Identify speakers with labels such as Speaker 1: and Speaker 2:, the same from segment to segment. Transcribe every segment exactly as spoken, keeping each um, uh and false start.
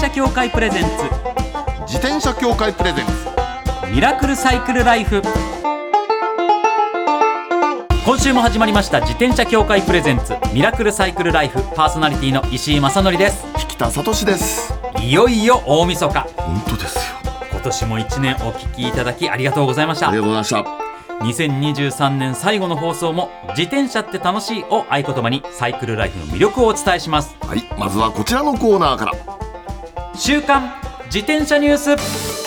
Speaker 1: 車協会プレゼンツ
Speaker 2: 自転車協会プレゼンツ
Speaker 1: ミラクルサイクルライフ。今週も始まりました自転車協会プレゼンツミラクルサイクルライフ。パーソナリティの石井正則です。
Speaker 2: 引田聡です。
Speaker 1: いよいよ大晦日。
Speaker 2: 本当ですよ。
Speaker 1: 今年もいちねんお聞きいただきありがとうございました。
Speaker 2: ありがとうございました。
Speaker 1: にせんにじゅうさんねん最後の放送も自転車って楽しいを合言葉にサイクルライフの魅力をお伝えします。
Speaker 2: はい、まずはこちらのコーナーから。
Speaker 1: 週刊自転車ニュース。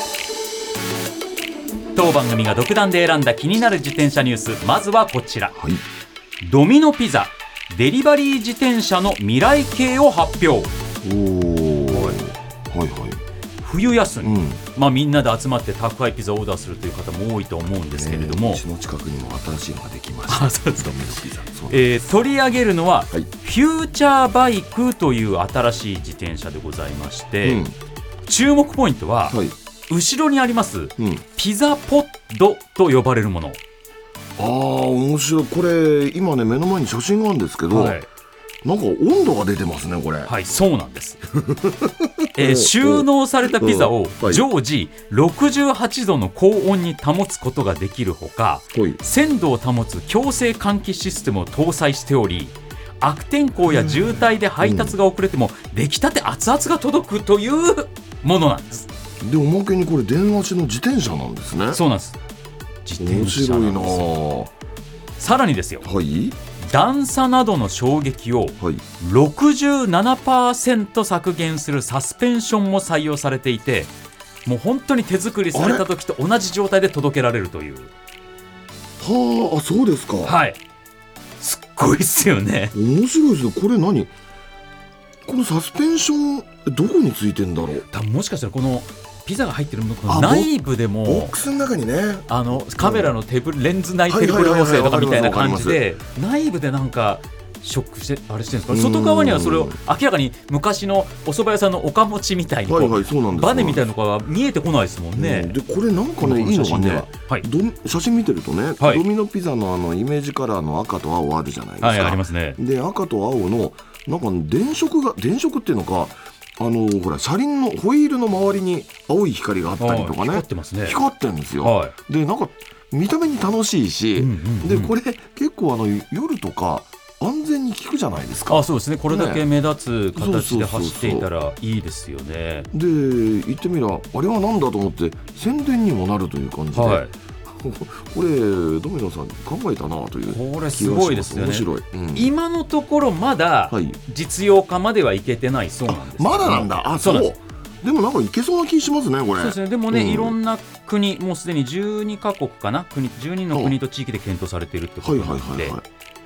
Speaker 1: 当番組が独断で選んだ気になる自転車ニュース、まずはこちら、はい、ドミノピザデリバリー自転車の未来形を発表。
Speaker 2: おー、はいはいはい、
Speaker 1: 冬休み、
Speaker 2: うん、
Speaker 1: まあ、みんなで集まって宅配ピザをオーダーするという方も多いと思うんですけれども、
Speaker 2: うちの近くにも新しいのができました。
Speaker 1: あ、そうですか。
Speaker 2: ドミノピザ、
Speaker 1: えー、取り上げるのは、はい、フューチャーバイクという新しい自転車でございまして、うん、注目ポイントは、はい、後ろにあります、うん、ピザポッドと呼ばれるもの。
Speaker 2: あー、面白い。これ今ね目の前に写真があるんですけど、はい、なんか温度が出てますねこれ。
Speaker 1: はい、そうなんです、えー、収納されたピザを常時ろくじゅうはちどの高温に保つことができるほか、はい、鮮度を保つ強制換気システムを搭載しており、悪天候や渋滞で配達が遅れても出来たて熱々が届くというものなんです。
Speaker 2: でおまけにこれ電話式の自転車なんですね。
Speaker 1: そうなんです。自転車なんですよ。面白いな。さらにですよ、はい、段差などの衝撃を ろくじゅうななパーセント 削減するサスペンションも採用されていて、もう本当に手作りされた時と同じ状態で届けられるという。
Speaker 2: はあ、そうですか。
Speaker 1: はい、すっごいっすよね。
Speaker 2: 面白いですね。これ何、このサスペンションどこについてんだろう。
Speaker 1: 多分もしかしたらこのピザが入ってるのこの内部でも
Speaker 2: ボックスの中にね、
Speaker 1: あのカメラの手ブレンズ内手ブレ補正とかみたいな感じで内部でなんかショックしてあれしてるんですか。外側にはそれを明らかに昔のお蕎麦屋さんのおかもちみたいにこう、はいはい、そうなんです。バネみたいなのが見えてこないですもんね。
Speaker 2: うん、でこれなんかねいいのがね、はい、写真見てるとね、はい、ドミノピザのあのイメージカラーの赤と青あるじゃないですか。
Speaker 1: はい、ありますね。
Speaker 2: で赤と青のなんか電飾が電飾っていうのか、あのほら車輪のホイールの周りに青い光があったりとかね、
Speaker 1: 光ってますね。
Speaker 2: 光ってるんですよ、
Speaker 1: はい、
Speaker 2: でなんか見た目に楽しいし、うんうんうん、でこれ結構あの夜とか安全に効くじゃないですか。
Speaker 1: あ、そうですね。これだけ目立つ形で走っていたらいいですよね。
Speaker 2: で言ってみればあれはなんだと思って宣伝にもなるという感じで、はい、これドミノさん考えたなという気がします。
Speaker 1: これすごいですよね。
Speaker 2: 面白い、うん、
Speaker 1: 今のところまだ実用化まではいけてないそうなんです、ね、
Speaker 2: まだなんだ。あ、そう。そうでもなんかいけそうな気しますねこれ。
Speaker 1: そうですね。でもね、うん、いろんな国もうすでにじゅうにカ国かな、国じゅうにの国と地域で検討されているってことなので、はいはいはいはい、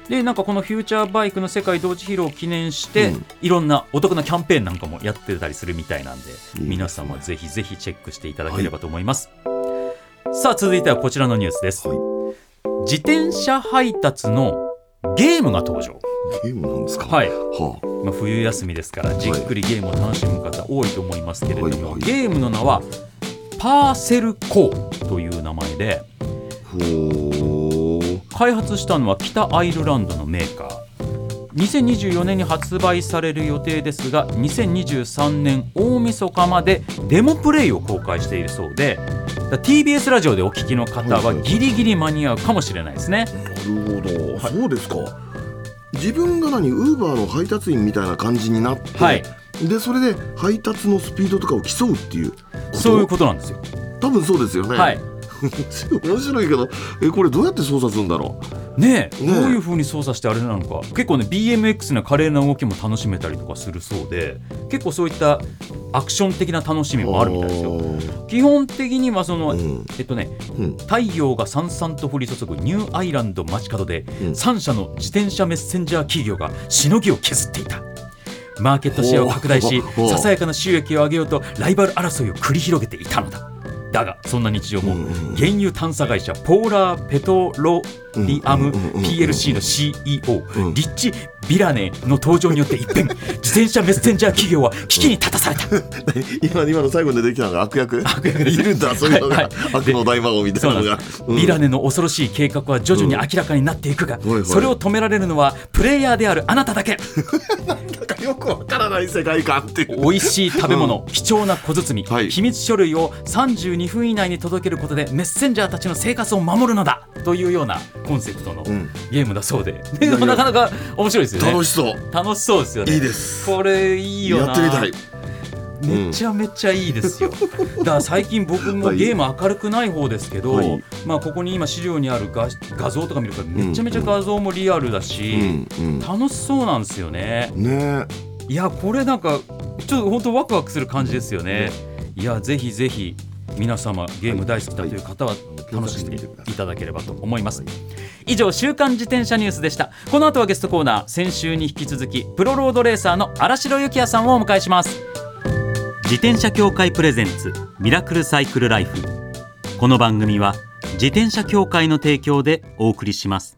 Speaker 1: でなんかこのフューチャーバイクの世界同時披露を記念して、うん、いろんなお得なキャンペーンなんかもやってたりするみたいなんで、いいですね、皆さんはぜひぜひチェックしていただければと思います、はい、さあ続いてはこちらのニュースです、はい、自転車配達のゲームが登場。
Speaker 2: ゲームなんですか。
Speaker 1: はい、はあ、まあ、冬休みですからじっくりゲームを楽しむ方多いと思いますけれども、はいはい、ゲームの名はパーセルコーという名前で、
Speaker 2: ほー、
Speaker 1: 開発したのは北アイルランドのメーカー。にせんにじゅうよねんに発売される予定ですが、にせんにじゅうさんねん大晦日までデモプレイを公開しているそうで、だ ティービーエス ラジオでお聞きの方はギリギリ間に合うかもしれないですね。
Speaker 2: なるほど、はい、そうですか。自分が何ウーバーの配達員みたいな感じになって、はい、でそれで配達のスピードとかを競うっていうこと。
Speaker 1: そういうことなんですよ。
Speaker 2: 多分そうですよね。はい、面白いけど、えこれどうやって操作するんだろうね。え、ねえ、
Speaker 1: どういう風に操作してあれなのか。結構ね ビーエムエックス な華麗な動きも楽しめたりとかするそうで、結構そういったアクション的な楽しみもあるみたいですよ。基本的にはその、うん、えっとね、うん、太陽がさんさんと降り注ぐニューアイランド街角で、うん、さん社の自転車メッセンジャー企業がしのぎを削っていた。マーケットシェアを拡大し、ささやかな収益を上げようとライバル争いを繰り広げていたのだ。だがそんな日常も原油探査会社ポーラーペトロリアム ピーエルシー の シーイーオー、リッチ・ビラネの登場によって一変、自転車メッセンジャー企業は危機に立たされた。
Speaker 2: 今, 今の最後に出てきたのが悪役
Speaker 1: 悪役です。
Speaker 2: いるんだ、そういうのが、はいはい、悪の大魔王みたいなのが、
Speaker 1: うん、ビラネの恐ろしい計画は徐々に明らかになっていくが、うん、それを止められるのはプレイヤーであるあなただけ。
Speaker 2: なんかよくわからない世界観っていう。
Speaker 1: 美味しい食べ物、うん、貴重な小包、はい、秘密書類をさんじゅうにふん以内に届けることでメッセンジャーたちの生活を守るのだというようなコンセプトのゲームだそうで、うん、でもなかなか面白いですよね。
Speaker 2: 楽しそう
Speaker 1: 楽しそうですよね。
Speaker 2: いいです。
Speaker 1: これいいよな。
Speaker 2: やってみたい。
Speaker 1: めちゃめちゃいいですよ、うん、だから最近僕もゲーム明るくない方ですけど、はい、まあ、ここに今資料にある 画, 画像とか見るとめちゃめちゃ画像もリアルだし、うんうん、楽しそうなんですよね。
Speaker 2: ね、
Speaker 1: いやこれなんかちょっと本当ワクワクする感じですよね、うん、いやぜひぜひ皆様ゲーム大好きだという方は楽しんでいただければと思います。以上、週刊自転車ニュースでした。この後はゲストコーナー、先週に引き続きプロロードレーサーの荒城幸也さんをお迎えします。自転車協会プレゼンツミラクルサイクルライフ。この番組は自転車協会の提供でお送りします。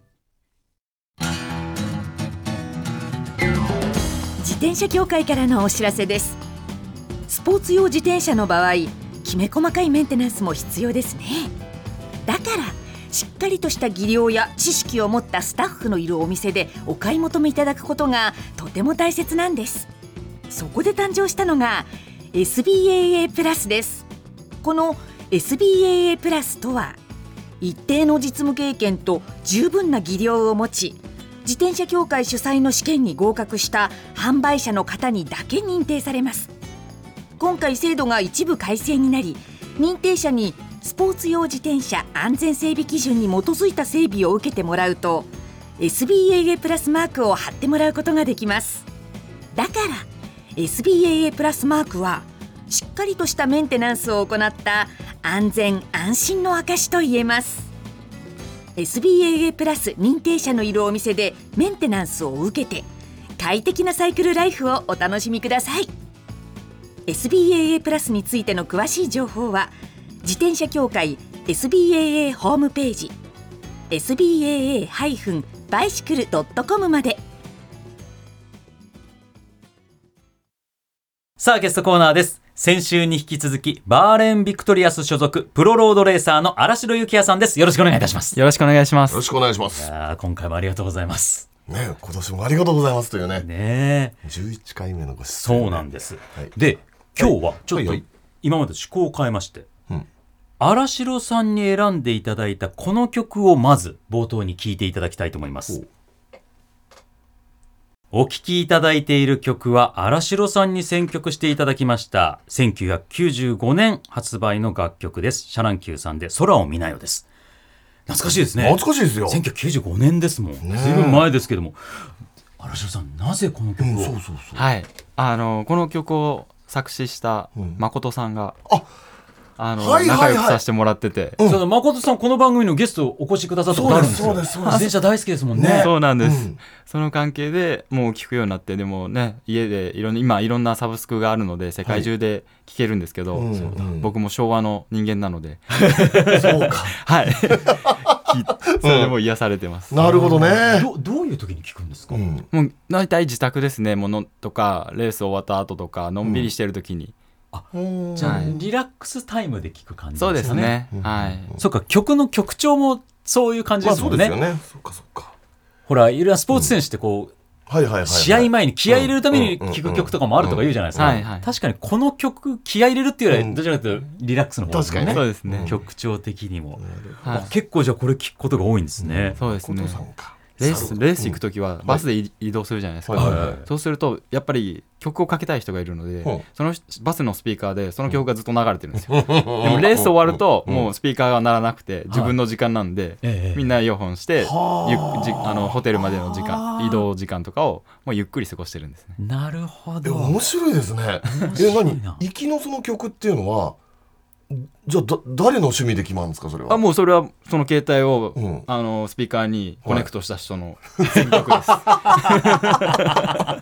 Speaker 3: 自転車協会からのお知らせです。スポーツ用自転車の場合、きめ細かいメンテナンスも必要ですね。だからしっかりとした技量や知識を持ったスタッフのいるお店でお買い求めいただくことがとても大切なんです。そこで誕生したのが エスビーエーエー プラスです。この エスビーエーエー プラスとは、一定の実務経験と十分な技量を持ち、自転車協会主催の試験に合格した販売者の方にだけ認定されます。今回制度が一部改正になり、認定者にスポーツ用自転車安全整備基準に基づいた整備を受けてもらうと エスビーエーエー プラスマークを貼ってもらうことができます。だから エスビーエーエー プラスマークはしっかりとしたメンテナンスを行った安全安心の証と言えます。 エスビーエーエー プラス認定者のいるお店でメンテナンスを受けて快適なサイクルライフをお楽しみください。 エスビーエーエー プラスについての詳しい情報は自転車協会 エスビーエーエー ホームページ エスビーエーエー バイシクル ドットコム まで。
Speaker 1: さあゲストコーナーです。先週に引き続きバーレンビクトリアス所属プロロードレーサーの荒城幸也さんです。よろしくお願いいたします。
Speaker 4: よろしくお願いします。
Speaker 2: よろしくお願いします。
Speaker 1: いや今回もありがとうございます。
Speaker 2: ね、今年もありがとうございますというね。
Speaker 1: ね
Speaker 2: じゅういっかいめのご出
Speaker 1: 演、ね、そうなんです、はい、で今日はちょっと今まで趣向を変えまして、はいはい、荒城さんに選んでいただいたこの曲をまず冒頭に聴いていただきたいと思います。お聴きいただいている曲は荒城さんに選曲していただきましたせんきゅうひゃくきゅうじゅうごねん発売の楽曲です。シャランキューさんで空を見なよです。懐かしいですね。
Speaker 2: 懐かしいですよ。
Speaker 1: せんきゅうひゃくきゅうじゅうごねんですもん。ずいぶん前ですけども、荒城さんなぜこの曲を、うん、そうそうそう、
Speaker 4: はい、あのこの曲を作詞した誠さんが、うん、ああのはいはいはい、仲良くさせてもらってて、
Speaker 1: うん、その誠さんこの番組のゲストお越しくださったことあるんですよ。そうですそうです。自転車大好きですもんね。
Speaker 4: そうなんです、うん、その関係でもう聞くようになって、でもね家でいろんな今いろんなサブスクがあるので世界中で聞けるんですけど、はい、そうだ、うん、僕も昭和の人間なので
Speaker 2: そうか
Speaker 4: はいそれでも癒されてます、
Speaker 2: うん、なるほどね。
Speaker 1: ど, どういう時に聞くんですか？うん、
Speaker 4: もう大体自宅ですね。ものとかレース終わった後とかのんびりしてる時に、
Speaker 1: うん、あじゃあ、はい、リラックスタイムで聞く感じですね。
Speaker 4: そうですね、うん、はい。
Speaker 1: そっか、曲の曲調もそういう感じですもんね。
Speaker 2: まあ、そうですよね。そっかそっか。
Speaker 1: ほらいろいろスポーツ選手ってこう、うんはいはいはいはい、試合前に気合い入れるために聴く曲とかもあるとか言うじゃないですか、うんうんうん、確かにこの曲気合い入れるっていうよりはどちらかというとリラックスの方ですね、
Speaker 4: うん、そうですね。
Speaker 1: 曲調的にも、はい、結構じゃあこれ聴くことが多いんですね、
Speaker 4: うん、そうですね。レース、レース行くときはバスで移動するじゃないですか、はいはいはい、そうするとやっぱり曲をかけたい人がいるので、はい、そのバスのスピーカーでその曲がずっと流れてるんですよ、うん、でもレース終わるともうスピーカーが鳴らなくて自分の時間なんで、はい、みんなイヤホンして、はい、ゆあのホテルまでの時間移動時間とかをもうゆっくり過ごしてるんですね。
Speaker 1: なるほど。
Speaker 2: 面白いですね。え何行きのその曲っていうのはじゃあだ誰の趣味で決まるんですかそれは。
Speaker 4: あもうそれはその携帯を、
Speaker 2: うん、
Speaker 4: あのスピーカーにコネクトした人の選曲です、
Speaker 2: はい、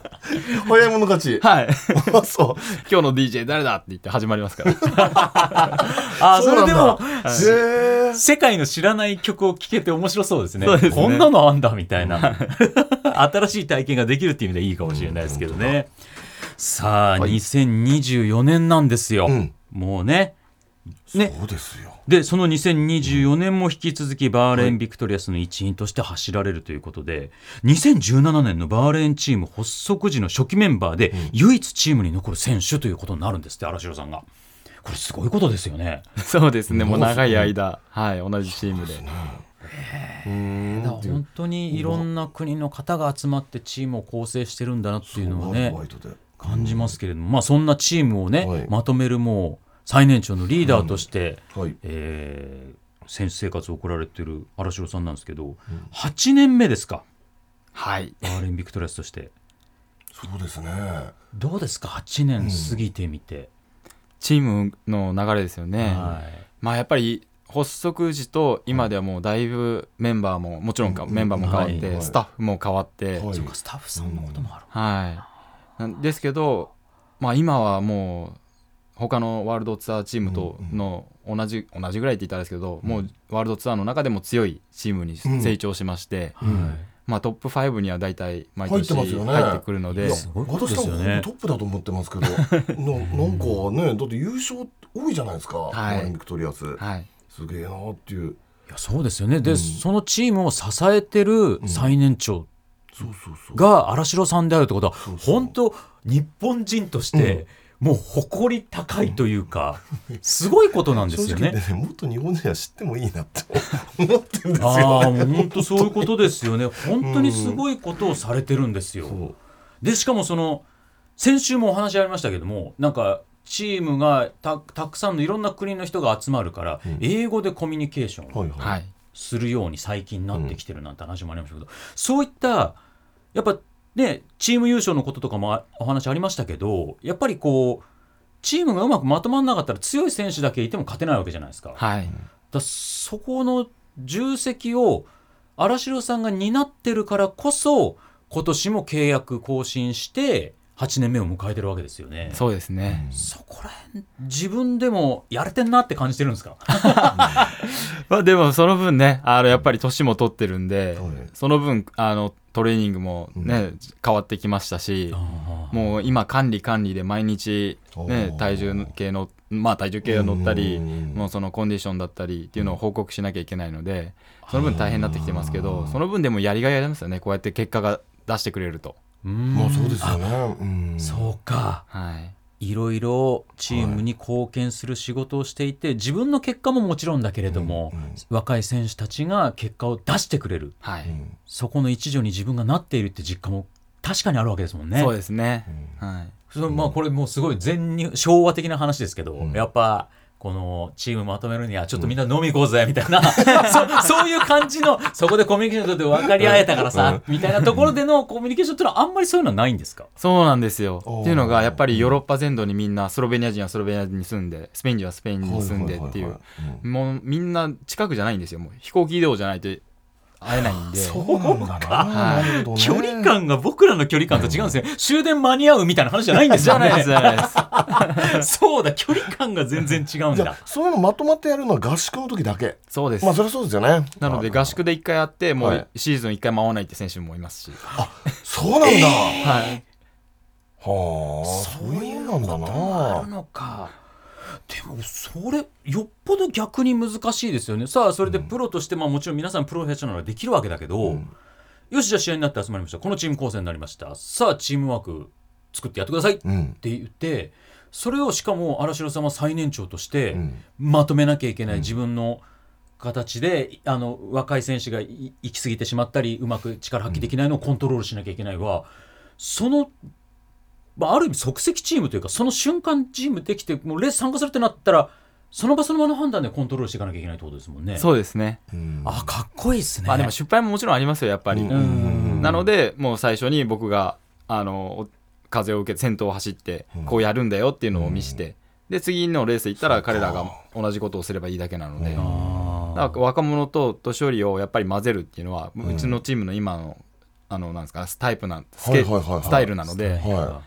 Speaker 2: 早い者勝ち。
Speaker 4: はい
Speaker 2: そう
Speaker 4: 今日の ディージェー 誰だって言って始まりますから
Speaker 1: あそれでも、
Speaker 2: はい、
Speaker 1: 世界の知らない曲を聴けて面白そうですね。そうですね、こんなのあんだみたいな新しい体験ができるっていう意味でいいかもしれないですけどね、うん、さあ、はい、にせんにじゅうよねんなんですよ、うん、もうねね、
Speaker 2: そうですよ。
Speaker 1: でそのにせんにじゅうよねんも引き続きバーレーンビクトリアスの一員として走られるということで、にせんじゅうななねんのバーレーンチーム発足時の初期メンバーで唯一チームに残る選手ということになるんですって荒城さんが。これすごいことですよね。
Speaker 4: そうですね、もう長い間、はい、同じチームで、
Speaker 1: えー、だから本当にいろんな国の方が集まってチームを構成してるんだなっていうのをね感じますけれども、まあ、そんなチームをね、はい、まとめるもう最年長のリーダーとして、うんはいえー、選手生活を送られている荒城さんなんですけど、うん、はちねんめですか、
Speaker 4: はい、
Speaker 1: バーレーンビクトリアスとして。
Speaker 2: そうですね。
Speaker 1: どうですかはちねん過ぎてみて、うん、
Speaker 4: チームの流れですよね、はい、まあやっぱり発足時と今ではもうだいぶメンバーももちろんか、うん、メンバーも変わって、はい、スタッフも変わって、
Speaker 1: はい、そうかスタッフさんのこともある、
Speaker 4: うん、はいなんですけど、まあ、今はもう他のワールドツアーチームとの同じ、同じぐらいって言ったらですけど、もうワールドツアーの中でも強いチームに成長しまして、うんはいまあ、トップファイブには大体毎年入ってくるので、
Speaker 2: すごいことですよね。私はトップだと思ってますけどな, なんかねだって優勝多いじゃないですか、バーレーンビクトリアス、はい、すげえなっていう。い
Speaker 1: やそうですよね。で、うん、そのチームを支えてる最年長が荒城さんであるってことは、本当日本人として、うんもう誇り高いというか、うん、すごいことなんですよ ね,
Speaker 2: ねもっと日本人は知ってもいいなって思ってるんですよ、ね、あ
Speaker 1: もう本当そういうことですよね。本当にすごいことをされてるんですよ、うん、でしかもその先週もお話ありましたけども、なんかチームが た, たくさんのいろんな国の人が集まるから、うん、英語でコミュニケーションをするように最近なってきてるなんて話もありましたけど、うん、そういったやっぱでチーム優勝のこととかもお話ありましたけど、やっぱりこうチームがうまくまとまらなかったら強い選手だけいても勝てないわけじゃないですか、はい、だそこの重責を荒城さんが担ってるからこそ今年も契約更新してはちねんめを迎えてるわけですよね。
Speaker 4: そうですね、
Speaker 1: そこら辺自分でもやれてんなって感じてるんですか
Speaker 4: まあでもその分ねあのやっぱり年も取ってるんで、うん、その分あのトレーニングも、ねうん、変わってきましたし、もう今管理管理で毎日、ね、体重計の、まあ、体重計を乗ったり、もうそのコンディションだったりっていうのを報告しなきゃいけないので、その分大変になってきてますけど、その分でもやりがいありますよね。こうやって結果が出してくれると。
Speaker 2: まあそうですよね。
Speaker 1: うんそうか、はいいろいろチームに貢献する仕事をしていて、はい、自分の結果ももちろんだけれども、うんうん、若い選手たちが結果を出してくれる、はい、そこの一助に自分がなっているって実感も確かにあるわけですもんね。
Speaker 4: そうですね、
Speaker 1: うんはいそのまあ、これもうすごい前に昭和的な話ですけど、うん、やっぱこのチームまとめるにはちょっとみんな飲み行こうぜみたいな、うん、そ, そういう感じのそこでコミュニケーションで分かり合えたからさ、うん、みたいなところでのコミュニケーションっていうのはあんまりそういうのはないんですか？
Speaker 4: そうなんですよ。っていうのがやっぱりヨーロッパ全土にみんなスロベニア人はスロベニアに住んでスペイン人はスペインに住んでっていうもうみんな近くじゃないんですよ。もう飛行機移動じゃないと会えないんで。
Speaker 1: そうなんだな、はい、距離感が僕らの距離感と違うんですね、うん、終電間に合うみたいな話じゃないんですよね。
Speaker 4: じゃないですじゃないです
Speaker 1: そうだ距離感が全然違うんだ。
Speaker 2: そういうのまとまってやるのは合宿の時だけ。
Speaker 4: そうです。
Speaker 2: まあそれはそうですよね。
Speaker 4: なので合宿でいっかいやってもうシーズンいっかい回らないって選手もいますし、
Speaker 2: はい、あそうなんだ、えー、
Speaker 1: はい
Speaker 2: はあそういうなんだな。
Speaker 1: そういうこともあるのか。でもそれよっぽど逆に難しいですよね。さあそれでプロとして、まあ、もちろん皆さんプロフェッショナルはできるわけだけど、うん、よしじゃあ試合になって集まりました、このチーム構成になりました、さあチームワーク作ってやってくださいって言って、うん、それをしかも荒城さんは最年長としてまとめなきゃいけない、うん、自分の形であの若い選手が行き過ぎてしまったりうまく力発揮できないのをコントロールしなきゃいけないは、そのまあ、ある意味即席チームというかその瞬間チームできてもうレース参加するってなったらその場その場の判断でコントロールしていかなきゃいけないってことですもんね。
Speaker 4: そうですね。
Speaker 1: あかっこいいですね。
Speaker 4: まあ、でも失敗ももちろんありますよやっぱり。うんなのでもう最初に僕があの風を受けて先頭を走ってこうやるんだよっていうのを見せて、 で次のレース行ったら彼らが同じことをすればいいだけなので、だから若者と年寄りをやっぱり混ぜるっていうのは、うん、うちのチームの今のあのなんですかタイプなんスケ、はいはいはいはい、スタイルなので、はい、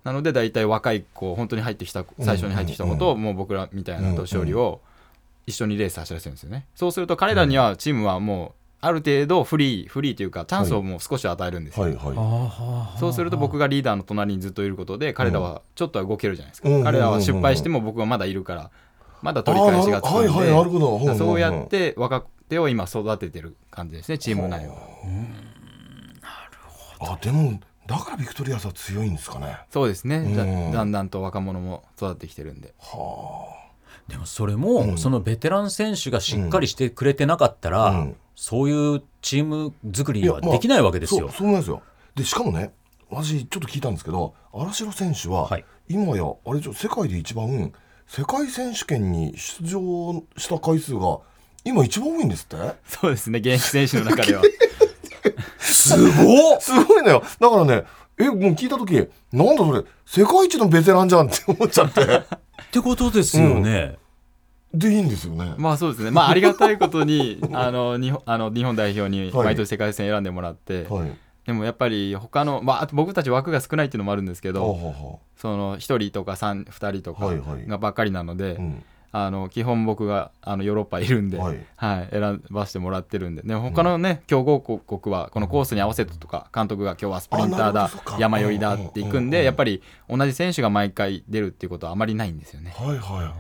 Speaker 4: なので大体若い子本当に入ってきた最初に入ってきた子と、うんうん、もう僕らみたいな年寄りを一緒にレース走らせるんですよね。そうすると彼らにはチームはもうある程度フリーフリーというかチャンスをもう少し与えるんですよ、はいはいはい、そうすると僕がリーダーの隣にずっといることで彼らはちょっとは動けるじゃないですか、うん、彼らは失敗しても僕はまだいるからまだ取り返しがつくんで、はいはい、そうやって若手を今育ててる感じですね、チーム内は。うん、なる
Speaker 2: ほど。あでもだからビクトリアスは強いんですかね。
Speaker 4: そうですね、うん、だ, だんだんと若者も育ってきてるんで。は
Speaker 1: あ。でもそれも、うん、そのベテラン選手がしっかりしてくれてなかったら、うん、そういうチーム作りにはできないわけですよ。
Speaker 2: まあ、そう、そうなんですよ。でしかもね、私ちょっと聞いたんですけど、荒城選手は、はい、今やあれ世界で一番世界選手権に出場した回数が今一番多いんですって。
Speaker 4: そうですね、現役選手の中では
Speaker 2: すごっすごいのよ。だからね、えもう聞いた時なんだそれ世界一のベテランじゃんって思っちゃって
Speaker 1: ってことですよね、
Speaker 2: うん、でいいんですよね。
Speaker 4: まあそうですね、まあありがたいことにあの日本あの日本代表に毎年世界戦選んでもらって、はいはい、でもやっぱり他の、まあ、あと僕たち枠が少ないっていうのもあるんですけど、はははそのひとりとかさん、ふたりとかがばっかりなので、はいはい、うん、あの基本僕があのヨーロッパいるんで、はいはい、選ばせてもらってるんで、でも他のね、うん、強豪国はこのコースに合わせてとか監督が今日はスプリンターだ山寄りだっていくんで、うん、やっぱり同じ選手が毎回出るっていうことはあまりないんですよね。
Speaker 2: はいはい、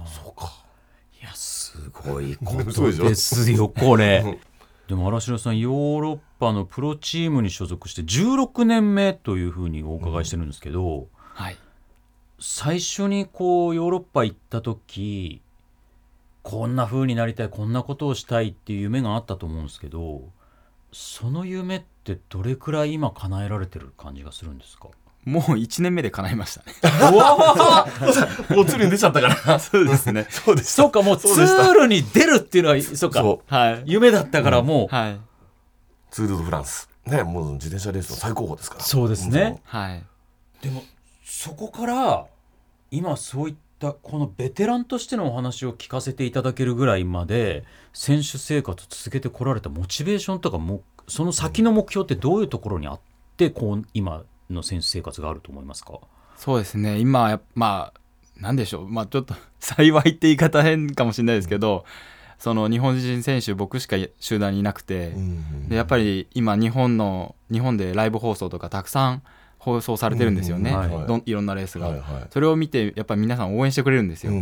Speaker 2: そうか。
Speaker 1: いやすごいことですよこれでも荒城さんヨーロッパのプロチームに所属してじゅうろくねんめというふうにお伺いしてるんですけど、うん、はい、最初にこうヨーロッパ行った時こんな風になりたいこんなことをしたいっていう夢があったと思うんですけど、その夢ってどれくらい今叶えられてる感じがするんですか？
Speaker 4: もういちねんめで叶いましたね
Speaker 2: もうツールに出ちゃったから
Speaker 4: そうですね
Speaker 1: そうでした。そうか、もうツールに出るっていうのはそうかそう、はい、夢だったからもう、うん、はい、
Speaker 2: ツール・ド・フランスね、もう自転車レースの最高峰ですから。
Speaker 1: そうですね、
Speaker 4: はい、
Speaker 1: でもそこから今そういったこのベテランとしてのお話を聞かせていただけるぐらいまで選手生活を続けてこられたモチベーションとかもその先の目標ってどういうところにあってこう今の選手生活があると思いますか？
Speaker 4: そうですね、今やまあなんでしょう、まあちょっと幸いって言い方変かもしれないですけど、その日本人選手僕しか集団にいなくて、うんうん、でやっぱり今日本の日本でライブ放送とかたくさん放送されてるんですよね、うんうん、はい、どいろんなレースが、はいはい、それを見てやっぱり皆さん応援してくれるんですよ、うんうん、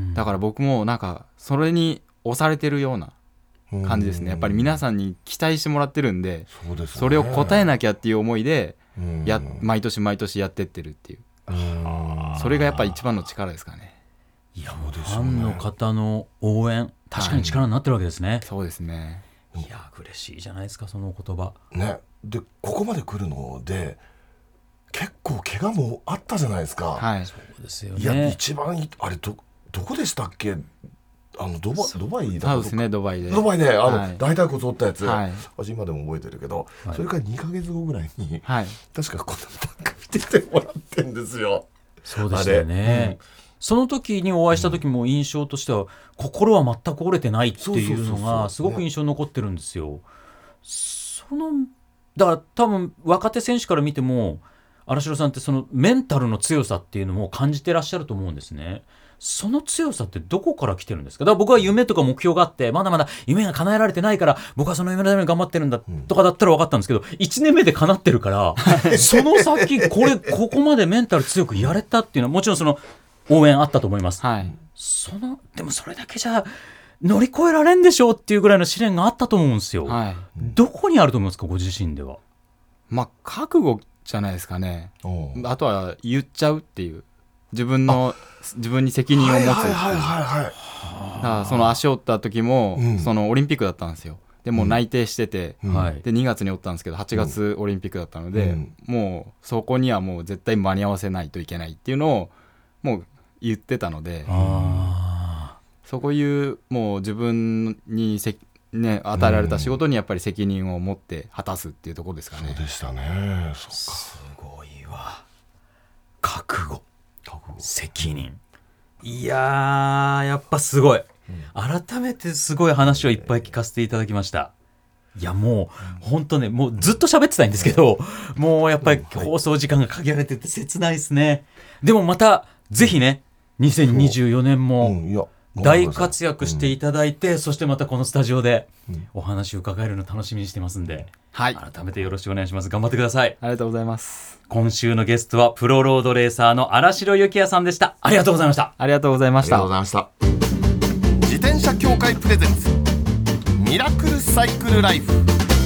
Speaker 4: だから僕もなんかそれに押されてるような感じですね。やっぱり皆さんに期待してもらってるんで、 そうですね、それを応えなきゃっていう思いでや毎年毎年やってってるっていう、それがやっぱり一番の力ですかね。
Speaker 1: いやもうファンの方の応援確かに力になってるわけですね、はい、
Speaker 4: そうですね。
Speaker 1: いや嬉しいじゃないですかその言葉
Speaker 2: ね。でここまで来るので結構怪我もあったじゃないですか、
Speaker 4: はい、
Speaker 1: そうですよね。
Speaker 2: いや一番いあれ ど, どこでしたっけ、あのドバドバイだ
Speaker 4: そうですね、ドバイで
Speaker 2: ドバイであの、はい、大腿骨折ったやつ、はい、私今でも覚えてるけど、はい、それからにかげつごぐらいに、はい、確かこの番組出てもらってんですよ。
Speaker 1: そうでしたよね、うん、その時にお会いした時も印象としては、うん、心は全く折れてないっていうのがすごく印象に残ってるんですよ。そのだから多分若手選手から見ても荒城さんってそのメンタルの強さっていうのも感じてらっしゃると思うんですね。その強さってどこから来てるんですか？だから僕は夢とか目標があってまだまだ夢が叶えられてないから僕はその夢のために頑張ってるんだとかだったら分かったんですけど、いちねんめで叶ってるからその先これここまでメンタル強くやれたっていうのはもちろんその応援あったと思います、はい、そのでもそれだけじゃ乗り越えられんでしょうっていうぐらいの試練があったと思うんですよ、はい、どこにあると思いますかご自身では。
Speaker 4: まあ覚悟じゃないですかね。あとは言っちゃうっていう自分の自分に責任を持つっていう、はいはいはいはい、だからその足を折った時も、うん、そのオリンピックだったんですよ。でもう内定してて、うん、でにがつに折ったんですけどはちがつオリンピックだったので、うん、もうそこにはもう絶対間に合わせないといけないっていうのをもう言ってたので、あそういうもう自分にせ、ね、与えられた仕事にやっぱり責任を持って果たすっていうところですかね。
Speaker 2: そうでしたね。そっか、
Speaker 1: すごいわ。覚悟責任いやーやっぱすごい、改めてすごい話をいっぱい聞かせていただきました。いやもう本当ね、もうずっと喋ってたいんですけど、もうやっぱり放送時間が限られてて切ないですね。でもまたぜひね、にせんにじゅうよねんも大活躍していただいて、うん、そしてまたこのスタジオでお話を伺えるの楽しみにしてますんで、はい、改めてよろしくお願いします。頑張ってください。
Speaker 4: ありがとうございます。
Speaker 1: 今週のゲストはプロロードレーサーの荒城幸也さんでした。ありがとうございました。
Speaker 4: ありがとうございました。
Speaker 2: ありがとうございました。自転車協会プレゼンツミラクルサイクルライフ。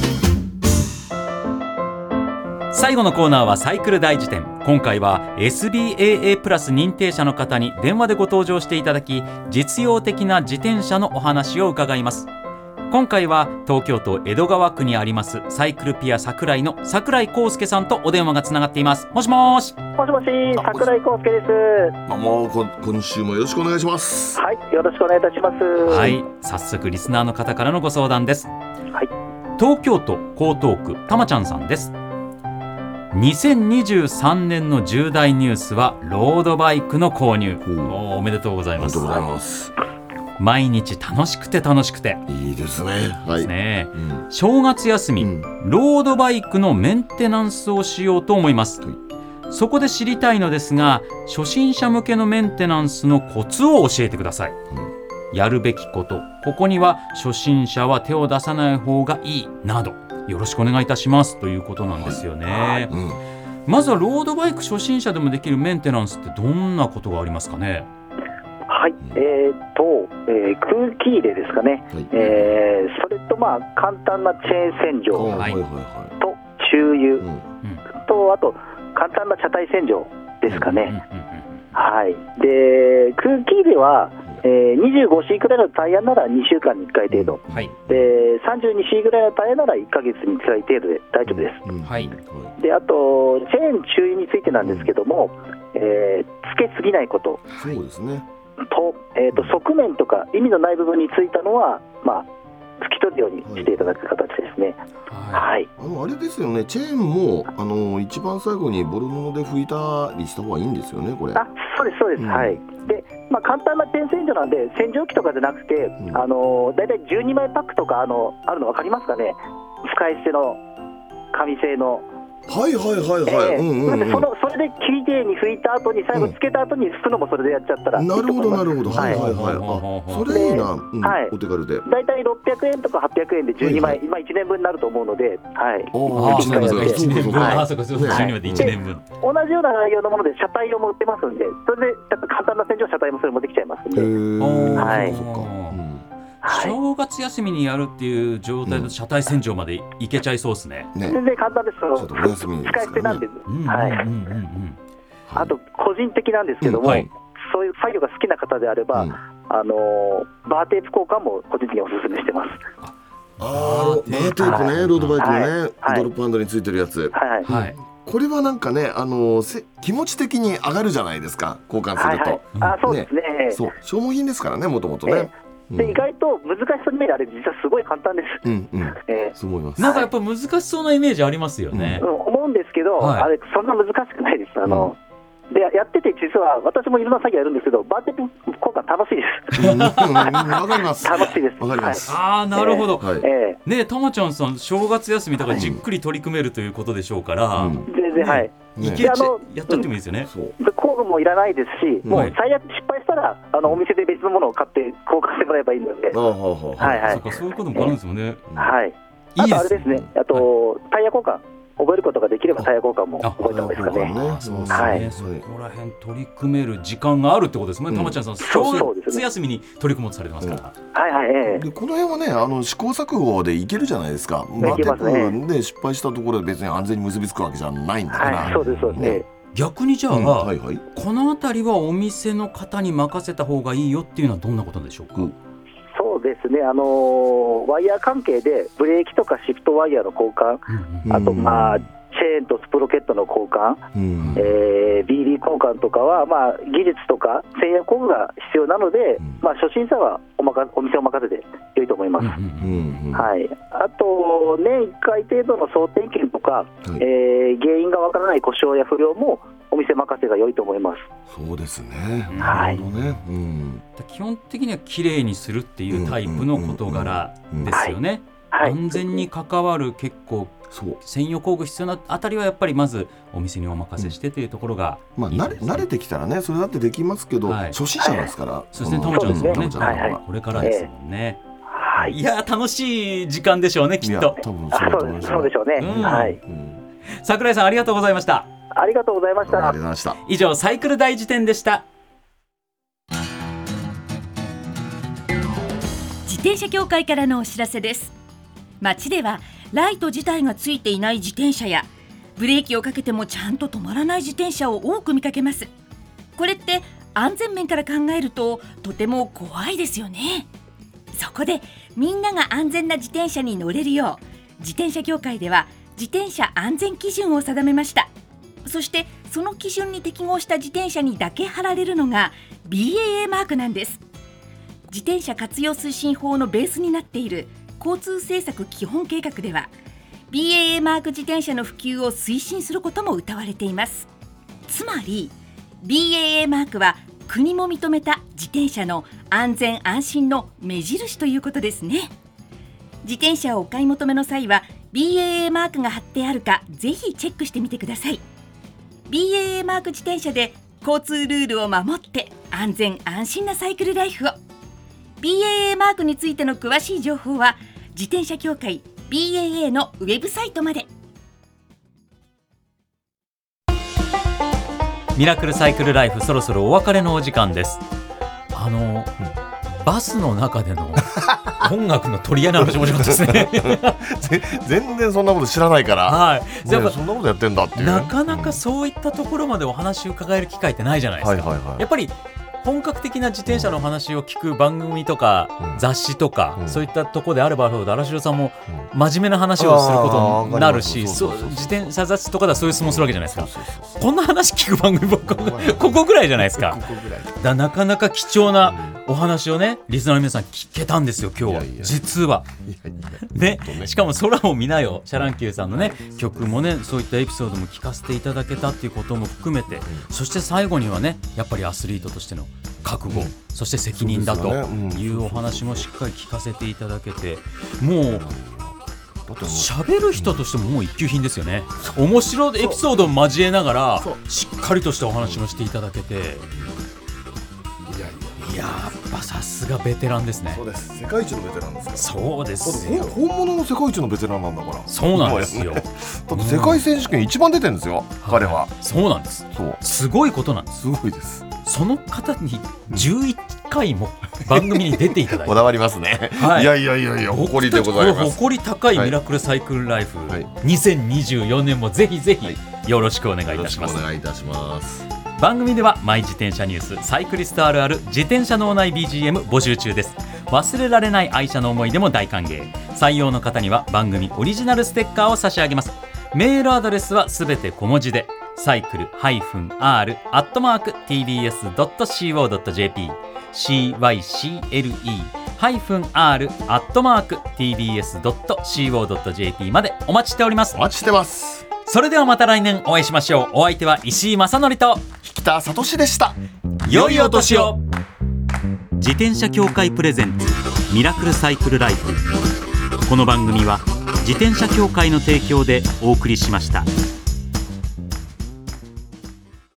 Speaker 1: 最後のコーナーはサイクル大辞典。今回は エスビーエーエー プラス認定者の方に電話でご登場していただき、実用的な自転車のお話を伺います。今回は東京都江戸川区にありますサイクルピア桜井の桜井康介さんとお電話がつながっています。もしもし。
Speaker 5: もしもし、桜井康介です。
Speaker 2: もう今週もよろしくお願いします。
Speaker 5: はい、よろしくお願いいたします。
Speaker 1: はい、早速リスナーの方からのご相談です。
Speaker 5: はい、
Speaker 1: 東京都江東区たまちゃんさんです。にせんにじゅうさんねんの重大ニュースはロードバイクの購入。 お, おめでとうございます。
Speaker 2: ありがとうございます。
Speaker 1: 毎日楽しくて楽しくて
Speaker 2: いいですね。はい、ですね、うん、
Speaker 1: 正月休み、うん、ロードバイクのメンテナンスをしようと思います、はい、そこで知りたいのですが、初心者向けのメンテナンスのコツを教えてください、うん、やるべきこと、ここには初心者は手を出さない方がいいなどよろしくお願いいたしますということなんですよね、はいうん、まずはロードバイク初心者でもできるメンテナンスってどんなことがありますかね。
Speaker 5: はい、えーとえー、空気入れですかね、はい、えー、それとまあ簡単なチェーン洗浄と注油、うん、とあと簡単な車体洗浄ですかね、うんうんうんうん、はい、で空気入れは、えー、にじゅうごシー くらいのタイヤならにしゅうかんにいっかい程度、うんはい、で さんじゅうにシー ぐらいのタイヤならいっかげつにいっかい程度で大丈夫です、うんはい、であとチェーン注油についてなんですけども、うん、えー、つけすぎないこと、
Speaker 2: そうですね
Speaker 5: とえー、と側面とか意味のない部分についたのは、まあ、拭き取るようにしていただく形ですね。はいはい、
Speaker 2: あのあれですよね、チェーンもあの一番最後にボル布で拭いたりした方がいいんですよね、これ。
Speaker 5: あ、そうですそうです、うん、はいで、まあ、簡単なチェーン洗浄なんで洗浄機とかじゃなくて、うん、あのだいたいじゅうにまいパックとかあのあるの分かりますかね。使い捨ての紙製の
Speaker 2: はいはいはいはい、えーうんうんうん、
Speaker 5: そのそれできれいに拭いた後に最後つけた後に拭くのもそれでやっちゃったらいいと思います。
Speaker 2: なるほどなるほど、はいはいはい、はい、あそれいいな、うん、はい、お手軽で
Speaker 5: だいたいろっぴゃくえんとかはっぴゃくえんでじゅうにまい、はいはい、今いちねんぶんになると思うので、はい、
Speaker 2: おいちねんぶんいちねんぶん、
Speaker 1: はい、あそうかそうか、じゅうにまいでいちねんぶん、
Speaker 5: 同じような内容のもので車体用も売ってますんで、それで簡単な洗浄車体もそれもできちゃいますんで、はい、
Speaker 2: そうか、うん
Speaker 1: はい、正月休みにやるっていう状態の車体洗浄までいけちゃいそうですね、
Speaker 5: うん、ね、全然簡単です。
Speaker 2: ちょっとお休みですからね、
Speaker 5: 使い捨てなんです、
Speaker 1: うんうんうんうん、
Speaker 5: はい、あと個人的なんですけども、うんはい、そういう作業が好きな方であれば、うん、あのバーテープ交換も個人的にお勧めしてます。
Speaker 2: あーバーテープね、はい、ロードバイクのね、はい、ドロップハンドについてるやつ、
Speaker 5: はいはいはい、
Speaker 2: これはなんかね、あのせ気持ち的に上がるじゃないですか、交換すると、はい
Speaker 5: はい、あそうですね、
Speaker 2: ね、そう消耗品ですからね、もともとね、えー
Speaker 5: で意外と難しそうに見えるあれ実はすごい簡単です、
Speaker 2: うんうんえー、そう思います。
Speaker 1: なんかやっぱ難しそうなイメージありますよね、
Speaker 5: うん、思うんですけど、はい、あれそんな難しくないです。あの、うん、でやってて実は私もいろんな作業やるんですけど、バーテープ交換楽しいです。
Speaker 2: わかります。
Speaker 5: 楽しいです。
Speaker 2: わかります。
Speaker 1: はい、ああなるほど、えーはい、ねえたまちゃんさん正月休みだからじっくり取り組めるということでしょうから、うん、
Speaker 5: 全然、はい、
Speaker 1: ね、いけちゃやっとってもいいですよね、
Speaker 5: うん、で工具もいらないですし、もう最悪失敗したらあのお店で別のものを買って交換してもらえばいいので、
Speaker 2: はい
Speaker 1: はい、そうかそういうこともあるんですもんね、
Speaker 5: うん、はい、あとあれですね、あと、はい、タイヤ交換覚えることができればタイヤ交換も覚えた方がいいですかね。
Speaker 1: ああそうですね、はい、そこら辺取り組める時間があるってことですね、うん、たまちゃんさん正月休みに取り組もうとされてますから、
Speaker 5: うん、はいはい、えー、
Speaker 2: でこの辺はねあの試行錯誤でいけるじゃないですか。バーテープで失敗したところで別に安全に結びつくわけじゃないんだから、
Speaker 5: はい、そうですそうです、ね、
Speaker 1: 逆にじゃあ、うんはいはい、このあたりはお店の方に任せた方がいいよっていうのはどんなことでしょうか。うん、
Speaker 5: そうですね、あのー、ワイヤー関係でブレーキとかシフトワイヤーの交換、うん、あとまあチェーンとスプロケットの交換、うんえー、ビービー 交換とかは、まあ、技術とか専用工具が必要なので、うんまあ、初心者は お, まかお店を任せて良いと思います、うんうんうんはい、あと年いっかい程度の総点検とか、はいえー、原因がわからない故障や不良もお店任せが良いと思います。
Speaker 2: そうですね、
Speaker 5: はい、
Speaker 2: なるほどね、うん、
Speaker 1: 基本的には綺麗にするっていうタイプの事柄ですよね。安全に関わる結構専用工具必要なあたりはやっぱりまずお店にお任せしてというところがいいですね。
Speaker 2: まあ、慣れ、慣れてきたらねそれだってできますけど、はい、初心者ですから、はい、
Speaker 1: そうですね、たまちゃんですもんね、はいはい、これからですもんね、はい、いや楽しい時間でしょうねきっと。
Speaker 2: 多分そうだと思います。
Speaker 5: そうでしょうね、うん、はい、うん、
Speaker 1: 櫻井さんありがとうございました。
Speaker 5: ありがとうございました。
Speaker 2: ありがとうございました。
Speaker 1: 以上サイクル大辞典でした。
Speaker 3: 自転車協会からのお知らせです。街ではライト自体がついていない自転車やブレーキをかけてもちゃんと止まらない自転車を多く見かけます。これって安全面から考えるととても怖いですよね。そこでみんなが安全な自転車に乗れるよう自転車協会では自転車安全基準を定めました。そしてその基準に適合した自転車にだけ貼られるのが ビーエーエー マークなんです。自転車活用推進法のベースになっている交通政策基本計画では ビーエーエー マーク自転車の普及を推進することも謳われています。つまり ビーエーエー マークは国も認めた自転車の安全安心の目印ということですね。自転車をお買い求めの際は ビーエーエー マークが貼ってあるかぜひチェックしてみてください。 ビーエーエー マーク自転車で交通ルールを守って安全安心なサイクルライフを。 ビーエーエー マークについての詳しい情報は自転車協会 ビーエーエー のウェブサイトまで。
Speaker 1: ミラクルサイクルライフ、そろそろお別れのお時間です。あの、うん、バスの中での音楽の取り合いの話面白かったですね
Speaker 2: 全然そんなこと知らないから、はい、
Speaker 1: やっぱ
Speaker 2: そんなことやってんだっていう、
Speaker 1: なかなかそういったところまでお話を伺える機会ってないじゃないですか、はいはいはい、やっぱり本格的な自転車の話を聞く番組とか、うん、雑誌とか、うん、そういったところであればあるほど荒城さんも真面目な話をすることになるし、自転車雑誌とかではそういう質問するわけじゃないですか。そうそうそうそう、こんな話聞く番組僕ここぐらいじゃないですか。ここぐらいだ、なかなか貴重なお話をね、リスナーの皆さん聞けたんですよ今日は。いやいや実はいやいや、ねね、しかも空を見なよシャランキューさんのね曲もね、そういったエピソードも聞かせていただけたっていうことも含めて、うん、そして最後にはねやっぱりアスリートとしての覚悟、うん、そして責任だというお話もしっかり聞かせていただけて、もう喋る人としてももう一級品ですよね。面白いエピソードを交えながらしっかりとしたお話もしていただけて、いやいや、やっぱさすがベテランですね。
Speaker 2: そうです、世界一のベテランですから。
Speaker 1: そうですよ、
Speaker 2: 本物の世界一のベテランなんだから。
Speaker 1: そうなんですよ、ね、
Speaker 2: だって世界選手権一番出てるんですよ、うん、彼は。
Speaker 1: そうなんです、そうすごいことなんです。
Speaker 2: すごいです。
Speaker 1: その方にじゅういっかいも番組に出ていただいて
Speaker 2: こだわりますね、はい、いやいやいやいや、誇りでございます。
Speaker 1: 誇り高いミラクルサイクルライフ、はい、にせんにじゅうよねんもぜひぜひよろしくお願いいたします。
Speaker 2: お願いいたします。
Speaker 1: 番組ではマイ自転車ニュース、サイクリストあるある、自転車脳内 ビージーエム 募集中です。忘れられない愛車の思い出も大歓迎。採用の方には番組オリジナルステッカーを差し上げます。メールアドレスはすべて小文字でサイクル -r アットマーク ティーディーエス ドット シーオー ドット ジェーピー シーワイシーエルイー アットマーク ティーディーエス ドット シーオー ドット ジェーピー までお待ちしております。
Speaker 2: お待ちしてます。
Speaker 1: それではまた来年お会いしましょう。お相手は石井正則と
Speaker 2: 引田聡でした。
Speaker 1: 良いお年を。自転車協会プレゼンツミラクルサイクルライフ。この番組は自転車協会の提供でお送りしました。